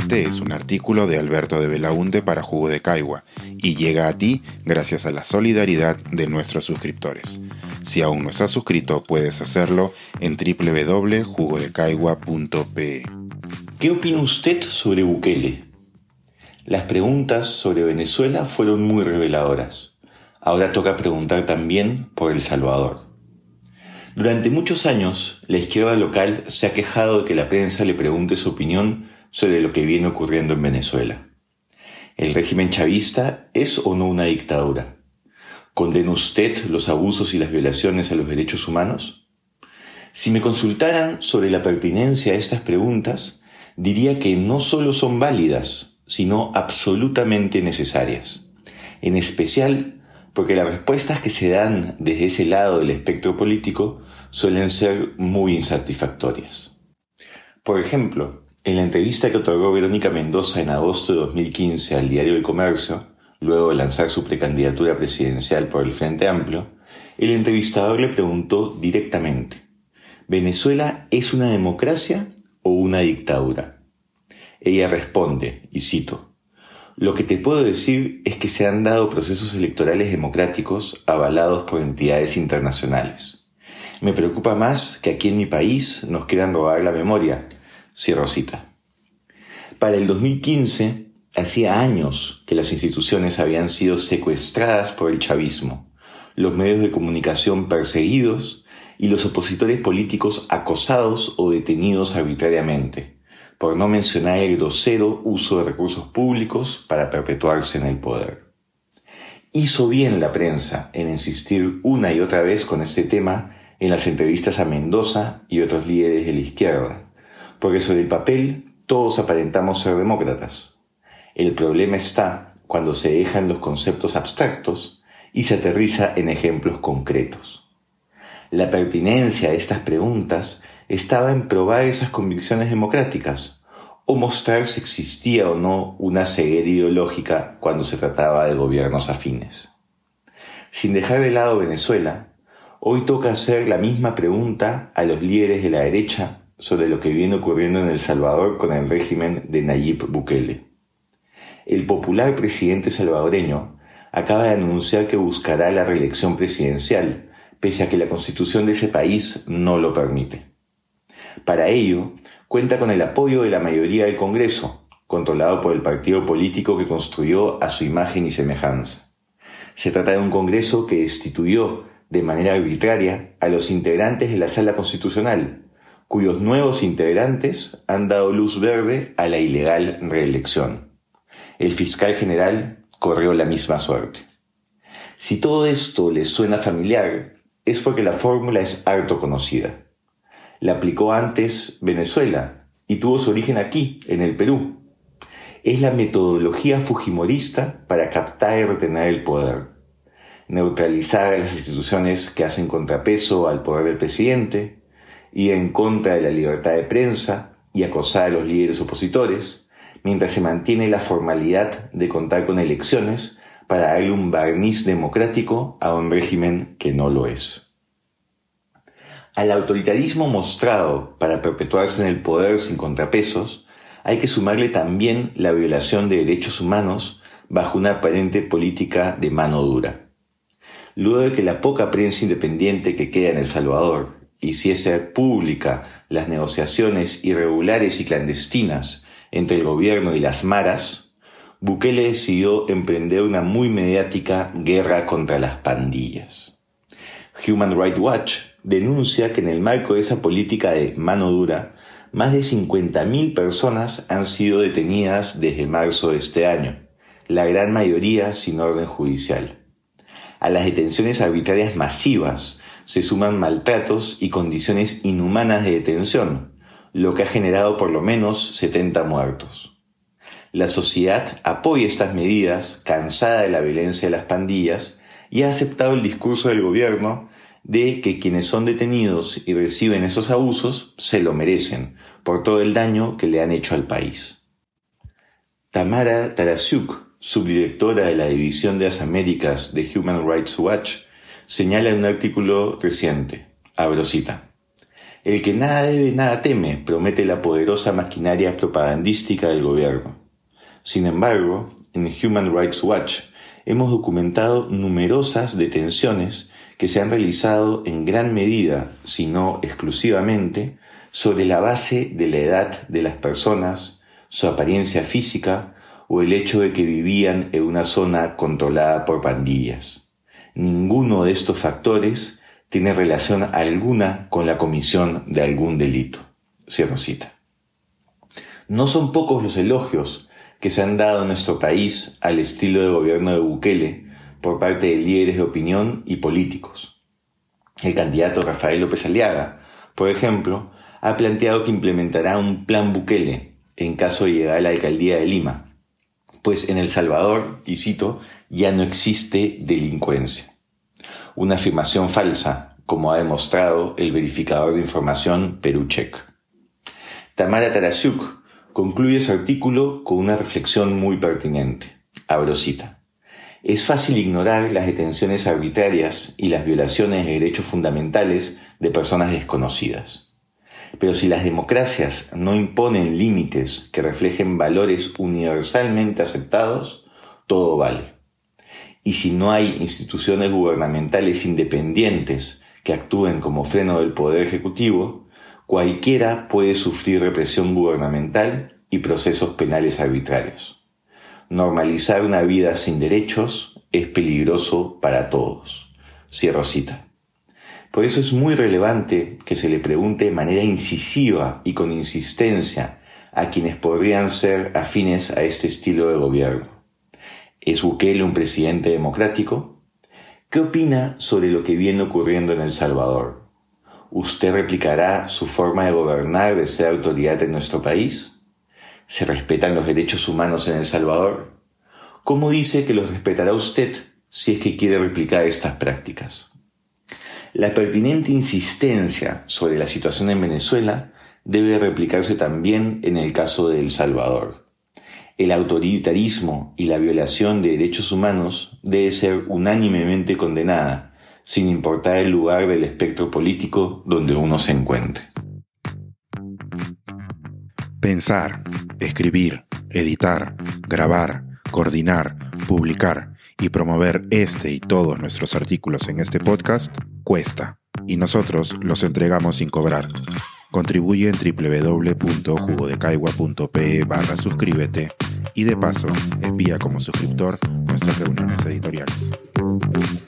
Este es un artículo de Alberto de Belaunte para Jugo de Caigua y llega a ti gracias a la solidaridad de nuestros suscriptores. Si aún no estás suscrito, puedes hacerlo en www.jugodecaigua.pe. ¿Qué opina usted sobre Bukele? Las preguntas sobre Venezuela fueron muy reveladoras. Ahora toca preguntar también por El Salvador. Durante muchos años, la izquierda local se ha quejado de que la prensa le pregunte su opinión sobre lo que viene ocurriendo en Venezuela. ¿El régimen chavista es o no una dictadura? ¿Condena usted los abusos y las violaciones a los derechos humanos? Si me consultaran sobre la pertinencia de estas preguntas, diría que no solo son válidas, sino absolutamente necesarias. En especial porque las respuestas que se dan desde ese lado del espectro político suelen ser muy insatisfactorias. Por ejemplo, en la entrevista que otorgó Verónica Mendoza en agosto de 2015 al diario El Comercio, luego de lanzar su precandidatura presidencial por el Frente Amplio, el entrevistador le preguntó directamente: ¿Venezuela es una democracia o una dictadura? Ella responde, y cito: «Lo que te puedo decir es que se han dado procesos electorales democráticos avalados por entidades internacionales. Me preocupa más que aquí en mi país nos quieran robar la memoria». Cierro cita. Para el 2015, hacía años que las instituciones habían sido secuestradas por el chavismo, los medios de comunicación perseguidos y los opositores políticos acosados o detenidos arbitrariamente, por no mencionar el grosero uso de recursos públicos para perpetuarse en el poder. Hizo bien la prensa en insistir una y otra vez con este tema en las entrevistas a Mendoza y otros líderes de la izquierda, porque sobre el papel todos aparentamos ser demócratas. El problema está cuando se dejan los conceptos abstractos y se aterriza en ejemplos concretos. La pertinencia de estas preguntas estaba en probar esas convicciones democráticas o mostrar si existía o no una ceguera ideológica cuando se trataba de gobiernos afines. Sin dejar de lado Venezuela, hoy toca hacer la misma pregunta a los líderes de la derecha sobre lo que viene ocurriendo en El Salvador con el régimen de Nayib Bukele. El popular presidente salvadoreño acaba de anunciar que buscará la reelección presidencial, pese a que la constitución de ese país no lo permite. Para ello, cuenta con el apoyo de la mayoría del Congreso, controlado por el partido político que construyó a su imagen y semejanza. Se trata de un Congreso que destituyó de manera arbitraria a los integrantes de la Sala Constitucional, cuyos nuevos integrantes han dado luz verde a la ilegal reelección. El fiscal general corrió la misma suerte. Si todo esto les suena familiar, es porque la fórmula es harto conocida. La aplicó antes Venezuela y tuvo su origen aquí, en el Perú. Es la metodología fujimorista para captar y retener el poder. Neutralizar a las instituciones que hacen contrapeso al poder del presidente, ir en contra de la libertad de prensa y acosar a los líderes opositores, mientras se mantiene la formalidad de contar con elecciones para darle un barniz democrático a un régimen que no lo es. Al autoritarismo mostrado para perpetuarse en el poder sin contrapesos, hay que sumarle también la violación de derechos humanos bajo una aparente política de mano dura. Luego de que la poca prensa independiente que queda en El Salvador hiciese pública las negociaciones irregulares y clandestinas entre el gobierno y las maras, Bukele decidió emprender una muy mediática guerra contra las pandillas. Human Rights Watch denuncia que en el marco de esa política de mano dura, más de 50.000 personas han sido detenidas desde marzo de este año, la gran mayoría sin orden judicial. A las detenciones arbitrarias masivas se suman maltratos y condiciones inhumanas de detención, lo que ha generado por lo menos 70 muertos. La sociedad apoya estas medidas, cansada de la violencia de las pandillas, y ha aceptado el discurso del gobierno de que quienes son detenidos y reciben esos abusos se lo merecen por todo el daño que le han hecho al país. Tamara Tarasiuk, subdirectora de la División de las Américas de Human Rights Watch, señala en un artículo reciente, abro cita: El que nada debe, nada teme, promete la poderosa maquinaria propagandística del gobierno. Sin embargo, en Human Rights Watch hemos documentado numerosas detenciones que se han realizado en gran medida, si no exclusivamente, sobre la base de la edad de las personas, su apariencia física o el hecho de que vivían en una zona controlada por pandillas. Ninguno de estos factores tiene relación alguna con la comisión de algún delito. Cierro cita. No son pocos los elogios que se han dado en nuestro país al estilo de gobierno de Bukele por parte de líderes de opinión y políticos. El candidato Rafael López Aliaga, por ejemplo, ha planteado que implementará un plan Bukele en caso de llegar a la alcaldía de Lima, pues en El Salvador, y cito, ya no existe delincuencia. Una afirmación falsa, como ha demostrado el verificador de información Perucheck. Tamara Tarasiuk concluye su artículo con una reflexión muy pertinente. Abro cita. Es fácil ignorar las detenciones arbitrarias y las violaciones de derechos fundamentales de personas desconocidas. Pero si las democracias no imponen límites que reflejen valores universalmente aceptados, todo vale. Y si no hay instituciones gubernamentales independientes que actúen como freno del poder ejecutivo, cualquiera puede sufrir represión gubernamental y procesos penales arbitrarios. Normalizar una vida sin derechos es peligroso para todos. Cierro cita. Por eso es muy relevante que se le pregunte de manera incisiva y con insistencia a quienes podrían ser afines a este estilo de gobierno. ¿Es Bukele un presidente democrático? ¿Qué opina sobre lo que viene ocurriendo en El Salvador? ¿Usted replicará su forma de gobernar, de ser autoridad en nuestro país? ¿Se respetan los derechos humanos en El Salvador? ¿Cómo dice que los respetará usted si es que quiere replicar estas prácticas? La pertinente insistencia sobre la situación en Venezuela debe replicarse también en el caso de El Salvador. El autoritarismo y la violación de derechos humanos debe ser unánimemente condenada, sin importar el lugar del espectro político donde uno se encuentre. Pensar, escribir, editar, grabar, coordinar, publicar y promover este y todos nuestros artículos en este podcast cuesta, y nosotros los entregamos sin cobrar. Contribuye en www.jugodecaigua.pe/suscríbete y de paso envía como suscriptor nuestras reuniones editoriales.